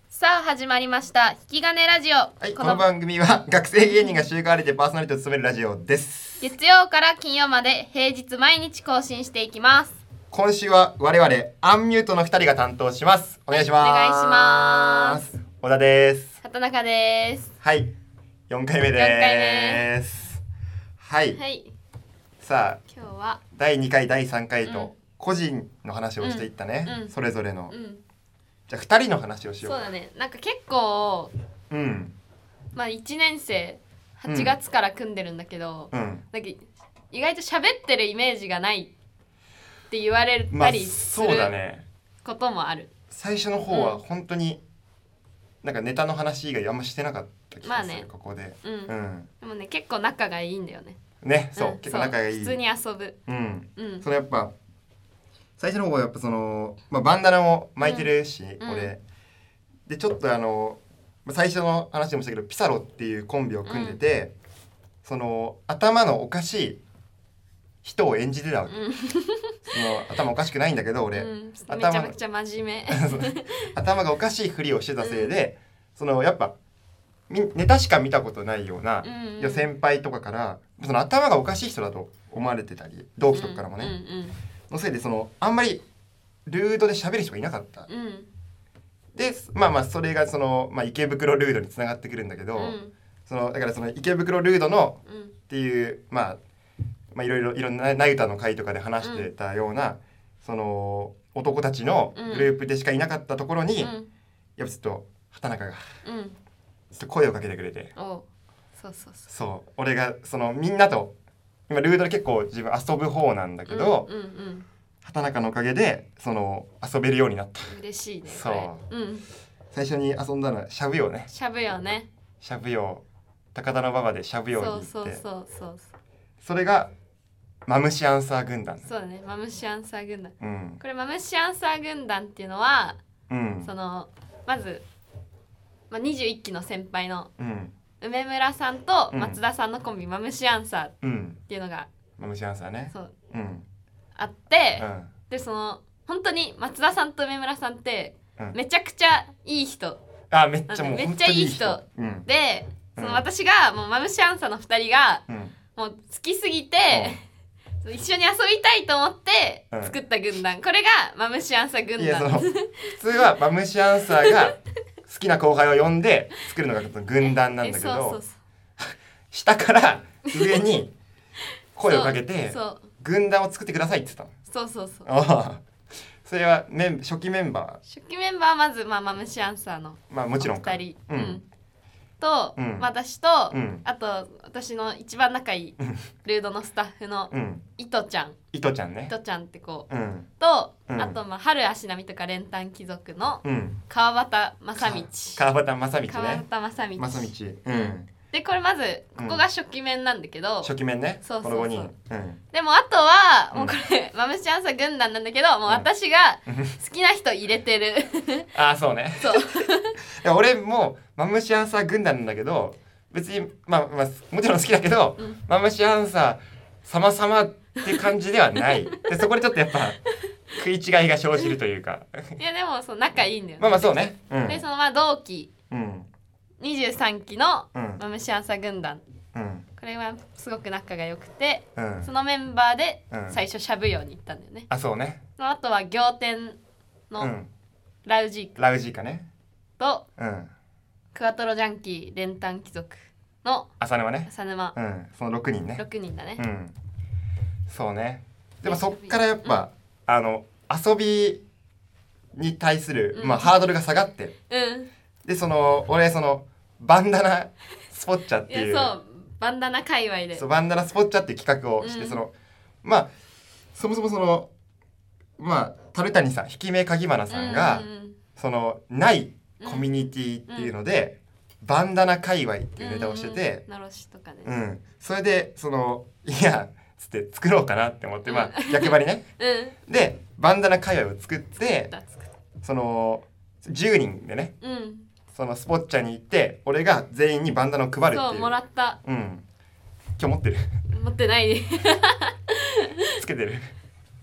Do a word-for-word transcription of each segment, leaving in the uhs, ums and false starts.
さあ始まりました引き金ラジオ、 はい、この番組は学生芸人が週替わりでパーソナリティを務めるラジオです。 月曜から金曜まで平日毎日更新していきます。 今週は我々アンミュートのふたりが担当します。お願いします。 お願いします。 小田です。 畑中です。 はい、よんかいめです。はい、はい、さあ今日はだいにかいだいさんかいと個人の話をしていったね、うん、それぞれの、うん、じゃあふたりの話をしよう。 そうだね。なんか結構、うん、まあいちねん生はちがつから組んでるんだけど、うん、なんか意外と喋ってるイメージがないって言われたりすることもある。 最初の方は本当になんかネタの話以外あんましてなかった気がする、まあね、ここで、うんうん、でもね結構仲がいいんだよね。 ね、そう、うん、結構仲がいい。 普通に遊ぶ。 うん、うん、それやっぱ最初の方はやっぱその、まあ、バンダナも巻いてるし、うん、俺でちょっとあの最初の話でもしたけどピサロっていうコンビを組んでて、うん、その頭のおかしい人を演じてたわけ、うん、その頭おかしくないんだけど俺、うん、 めちゃめちゃ真面目頭がおかしいふりをしてたせいで、うん、そのやっぱネタしか見たことないような、うんうん、先輩とかからその頭がおかしい人だと思われてたり同期とかからもね、うんうんうん、のせいでそのあんまりルードで喋る人がいなかった、うん、でまあまあそれがその、まあ、池袋ルードにつながってくるんだけど、うん、そのだからその池袋ルードのっていう、うん、まあまあいろいろいろんなナユタの会とかで話してたような、うん、その男たちのグループでしかいなかったところに、うん、やっぱちょっと畑中が、うん、ちょっと声をかけてくれて、 おそうそうそうそう俺がそのみんなと今ルードで結構自分遊ぶ方なんだけど、うんうんうん、畑中のおかげでその遊べるようになった。 嬉しいね。 そう、うん、最初に遊んだのはしゃぶよね。 しゃぶよね。 しゃぶよ高田の馬場でしゃぶよに行って、 そうそうそうそうそれがマムシアンサー軍団。 そうだね、マムシアンサー軍団、うん、これマムシアンサー軍団っていうのは、うん、そのまず、まあ、にじゅういっきの先輩の、うん梅村さんと松田さんのコンビ、うん、マムシアンサーっていうのが、 うん、マムシアンサーねそう、うん、あって、うん、でその本当に松田さんと梅村さんって、うん、めちゃくちゃいい人、 あめっちゃもうめっちゃいい人、うん、でその私がもうマムシアンサーのふたりが、うん、もう好きすぎて、うん、一緒に遊びたいと思って作った軍団、うん、これがマムシアンサー軍団。いやその普通はマムシアンサーが好きな後輩を呼んで作るのが軍団なんだけどそうそうそう下から上に声をかけて軍団を作ってくださいって言ったの。そうそうそうそれはメン初期メンバー初期メンバーはまず、まあ、マムシアンサーのまあもちろんふたり、うんうん、と、うん、私と、うん、あと私の一番仲いいルードのスタッフのいとちゃんいとちゃんねいとちゃんって子、うん、と、うん、あと、まあ、春足並みとか練炭貴族の川端正道、 川端正道ね川端正道正道、うん、 でこれまずここが初期面なんだけど、 うん、初期面ねそうそうそう、このごにん、 うん、 でもあとはもうこれ、うん、マムシアンサー軍団なんだけどもう私が好きな人入れてるああそうねそういや俺もマムシアンサー軍団なんだけど別に、まあまあ、もちろん好きだけど、うん、マムシアンサー様々って感じではないでそこでちょっとやっぱ食い違いが生じるというかいやでもそう仲いいんだよね。 まあまあそうね、 うん、でそのまあ同期、うん、にじゅうさんきのマムシアンサー軍団、うん、これはすごく仲が良くて、うん、そのメンバーで最初しゃぶように行ったんだよね、 うん、あそうね。 あとは仰天のラウジーカ、 ラウジーカねと、うんクワトロジャンキー練炭貴族の浅沼ね浅沼、 うん、そのろくにんねろくにんだね、 うん、そうね。でもそっからやっぱ、うん、あの遊びに対する、うんまあ、ハードルが下がって、うん、でその俺そのバンダナスポッチャっていういやそうバンダナ界隈でそうバンダナスポッチャっていう企画をして、うん、そのまあそもそもそのまあ樽谷さん引き目鍵花さんが、うんうん、そのないコミュニティっていうので、うん、バンダナ界隈っていうネタをしてて、 うんうん、ナロシとかね、 うん、それでそのいやつって作ろうかなって思って、うん、まあ逆張りね、うん、でバンダナ界隈を作ってそのじゅうにんでね、うん、そのスポッチャに行って俺が全員にバンダナを配るっていう。 そうもらった、 うん、今日持ってる持ってないつけてる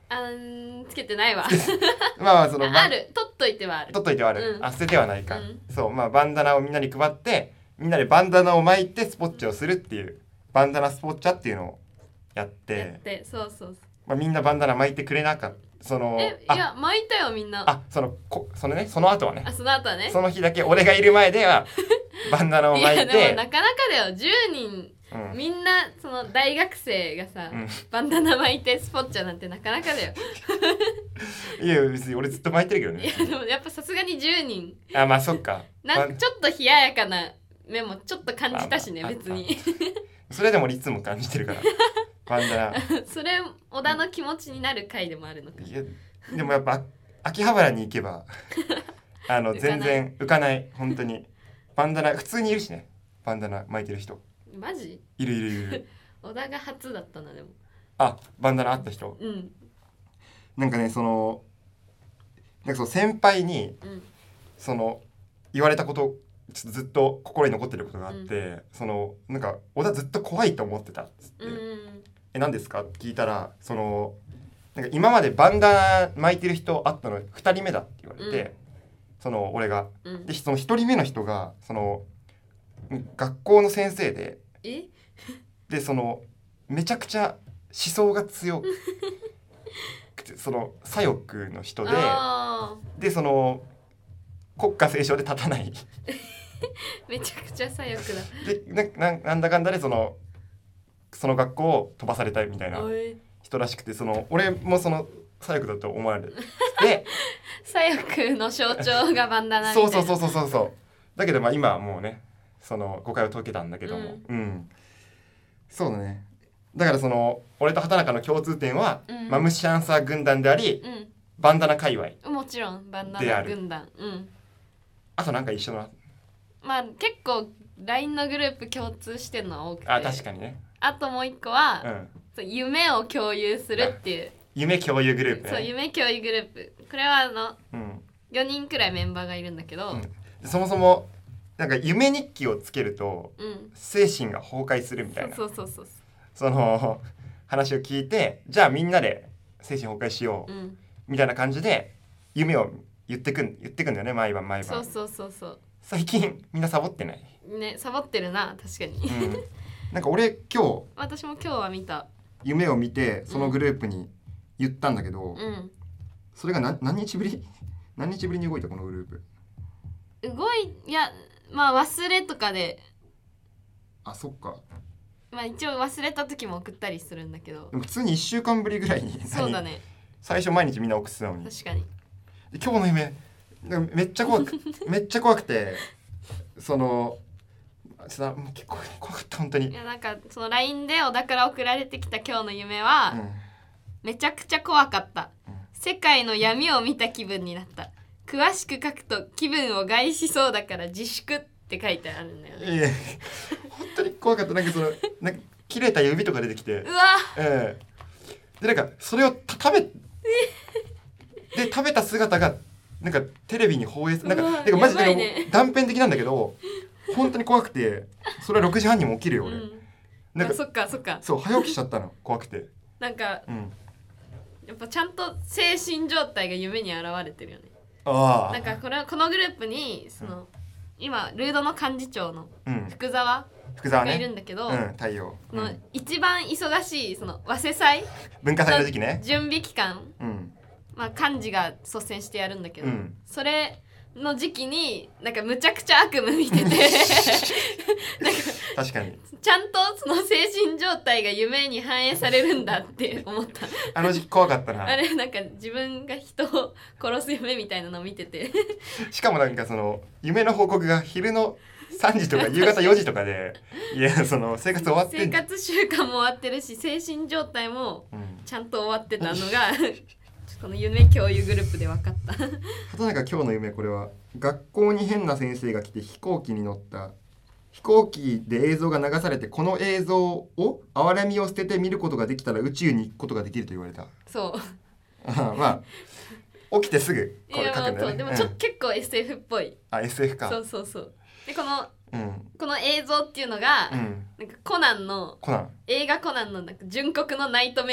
あんつけてないわまあまあそのある取っといてはある取っといてはある、 うん、 あ捨ててはないか、 うん、 そうまあバンダナをみんなに配ってみんなでバンダナを巻いてスポッチャをするっていうバンダナスポッチャっていうのをやってやってそうそうそう、 まあ、みんなバンダナ巻いてくれなかったそのえいや巻いたよみんなあそのこそのねその後はねあその後はねその日だけ俺がいる前ではバンダナを巻いていやでもなかなかだよじゅうにん、うん、みんなその大学生がさ、うん、バンダナ巻いてスポッチャなんてなかなかだよいや別に俺ずっと巻いてるけどね。 いやでもやっぱさすがにじゅうにんあまあそっかなんかちょっと冷ややかな目もちょっと感じたしね、まあまあ、別にそれでも率も感じてるからバンダナそれ小田の気持ちになる回でもあるのか。 いやでもやっぱ秋葉原に行けばあの全然浮かない本当にバンダナ普通にいるしねバンダナ巻いてる人マジいるいるいる小田が初だったなでもあバンダナあった人うんなんかねそのなんかその先輩に、うん、その言われたことちょっとずっと心に残ってることがあって、うん、そのなんか小田ずっと怖いと思ってたっつって、うん、え何ですかって聞いたらそのなんか今までバンダナ巻いてる人会ったのふたりめだって言われて、うん、その俺が、うん、でそのひとりめの人がその学校の先生でえでそのめちゃくちゃ思想が強くてその左翼の人ででその国家斉唱で立たないめちゃくちゃ左翼だで な, な, なんだかんだでそのその学校を飛ばされたいみたいな人らしくてその俺もその左翼だと思われて左翼の象徴がバンダナみたいなそうそうそうそうそうだけどまあ今はもうねその誤解を解けたんだけども、うん、うん、そうだねだからその俺と畑中の共通点は、うん、マムシアンサー軍団であり、うん、バンダナ界隈もちろんバンダナ軍団、うん、 あとなんか一緒なまあ結構 ライン のグループ共通してるのは多くてあ確かにねあともう一個は、うん、そう夢を共有するっていう夢共有グループ、ね、 そう夢共有グループこれはあの、うん、よにんくらいメンバーがいるんだけど、うん、 そもそもなんか夢日記をつけると、うん、精神が崩壊するみたいなそうそうそうそうその話を聞いてじゃあみんなで精神崩壊しよう、うん、みたいな感じで夢を言ってくん言ってくんだよね毎晩毎晩そうそうそうそう最近みんなサボってないねサボってるな確かに、 うん、なんか俺今日私も今日は見た夢を見てそのグループに言ったんだけど、うん、それが何何日ぶり何日ぶりに動いたこのグループ動いいやまあ忘れとかであそっかまあ一応忘れた時も送ったりするんだけどでも普通にいっしゅうかんぶりぐらいにそうだね最初毎日みんな送ってたのに確かにで今日の夢めっちゃ怖くめっちゃ怖くてそのちょっと結構怖かった本当にいやなんかその ライン で小田から送られてきた今日の夢は、うん、めちゃくちゃ怖かった、うん、世界の闇を見た気分になった詳しく書くと気分を害しそうだから自粛って書いてあるんだよね。 いや本当に怖かったなんかそのなんか切れた指とか出てきてうわ、 えー、でなんかそれを食べで食べた姿がなんかテレビに放映なんかなんかマジで、ね、断片的なんだけど本当に怖くてそれはろくじはんにも起きるよ俺、うん、 なんかそっかそっかそう早起きしちゃったの怖くてなんか、うん、やっぱちゃんと精神状態が夢に現れてるよね。 あなんかこれこのグループにその、うん、今ルードの幹事長の福沢がいるんだけど、 うん、太陽、 その一番忙しいその早稲祭文化祭の時期ね準備期間、うんまあ、幹事が率先してやるんだけど、うん、それの時期になんかむちゃくちゃ悪夢見ててなんか確かにちゃんとその精神状態が夢に反映されるんだって思ったあの時期怖かったなあれなんか自分が人を殺す夢みたいなのを見ててしかもなんかその夢の報告が昼のさんじとか夕方よじとかでいやその生活終わって生活習慣も終わってるし精神状態もちゃんと終わってたのが、うんこの夢共有グループで分かった畑中今日の夢これは学校に変な先生が来て飛行機に乗った飛行機で映像が流されてこの映像を哀れみを捨てて見ることができたら宇宙に行くことができると言われたそうまあ起きてすぐこれ書くんだよねでもちょ、うん、結構 エスエフ っぽいあ エスエフ かそうそうそうでこの、うん、この映像っていうのが、うん、なんかコナンのコナン映画コナンのなんか純国のナイトメア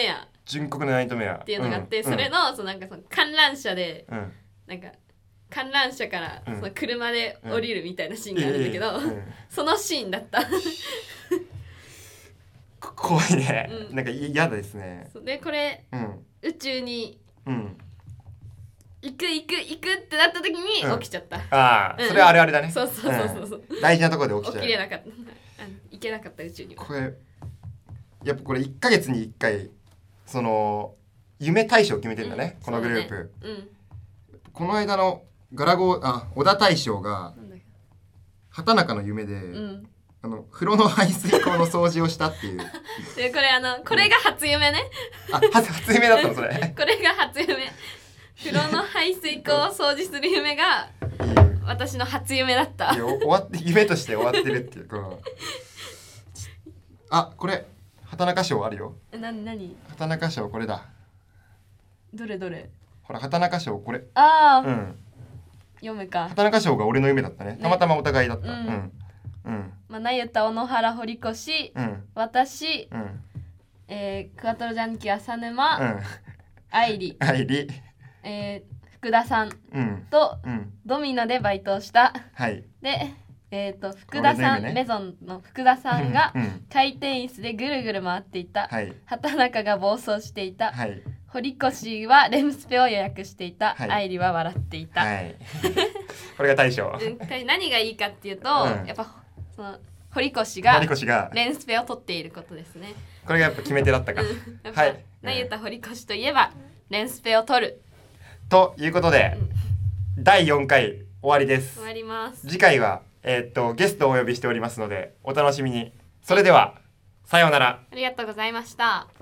純国のナイトメアっていうのがあって、うん、それのそのなんかその観覧車で、うん、なんか観覧車からその車で降りるみたいなシーンがあるんだけど、うんうん、そのシーンだった怖いね、うん、なんか嫌ですね。 でこれ、うん、宇宙に、うん行く行く行くってなった時に起きちゃった、うん、 ああ、うん、それはあるあるだね。 そうそうそうそう、 うん、大事なところで起きちゃう。 起きれなかった行けなかった宇宙に。 これやっぱこれいっかげつにいっかいその夢大賞を決めてるんだね、うん、このグループ、ね、うん、この間のガラゴあ小田大賞が畑中の夢で、うん、あの風呂の排水口の掃除をしたっていうでこれあのこれが初夢ね、 うん、あ初初夢だったのそれこれが初夢風呂の排水口を掃除する夢が私の初夢だった。 いや終わって夢として終わってるっていうこのあこれ畑中賞あるよ。 な何畑中賞これだ。 どれどれ。 ほら畑中賞これ。 ああ、うん、読むか。 畑中賞が俺の夢だったね。たまたまお互いだった。うんうんうん、まあ、なゆた小野原堀越、うん、私、うん、えー、クワトロジャンキ浅沼、うん、愛理愛理えー、福田さんとドミノでバイトをした、はい、で、えー、と福田さん、ね、メゾンの福田さんが回転椅子でぐるぐる回っていた、はい、畑中が暴走していた、はい、堀越はレムスペを予約していた、はい、愛理は笑っていた、はい、 これが大賞何がいいかっていうと、うん、やっぱその堀越がレンスペを取っていることですね。 これがやっぱ決め手だったか、うん、 やっぱ、はい、なゆた堀越といえばレンスペを取るということで、うん、だいよんかい終わりです。 終わります。 次回は、えー、っとゲストをお呼びしておりますのでお楽しみに。それではさようなら。 ありがとうございました。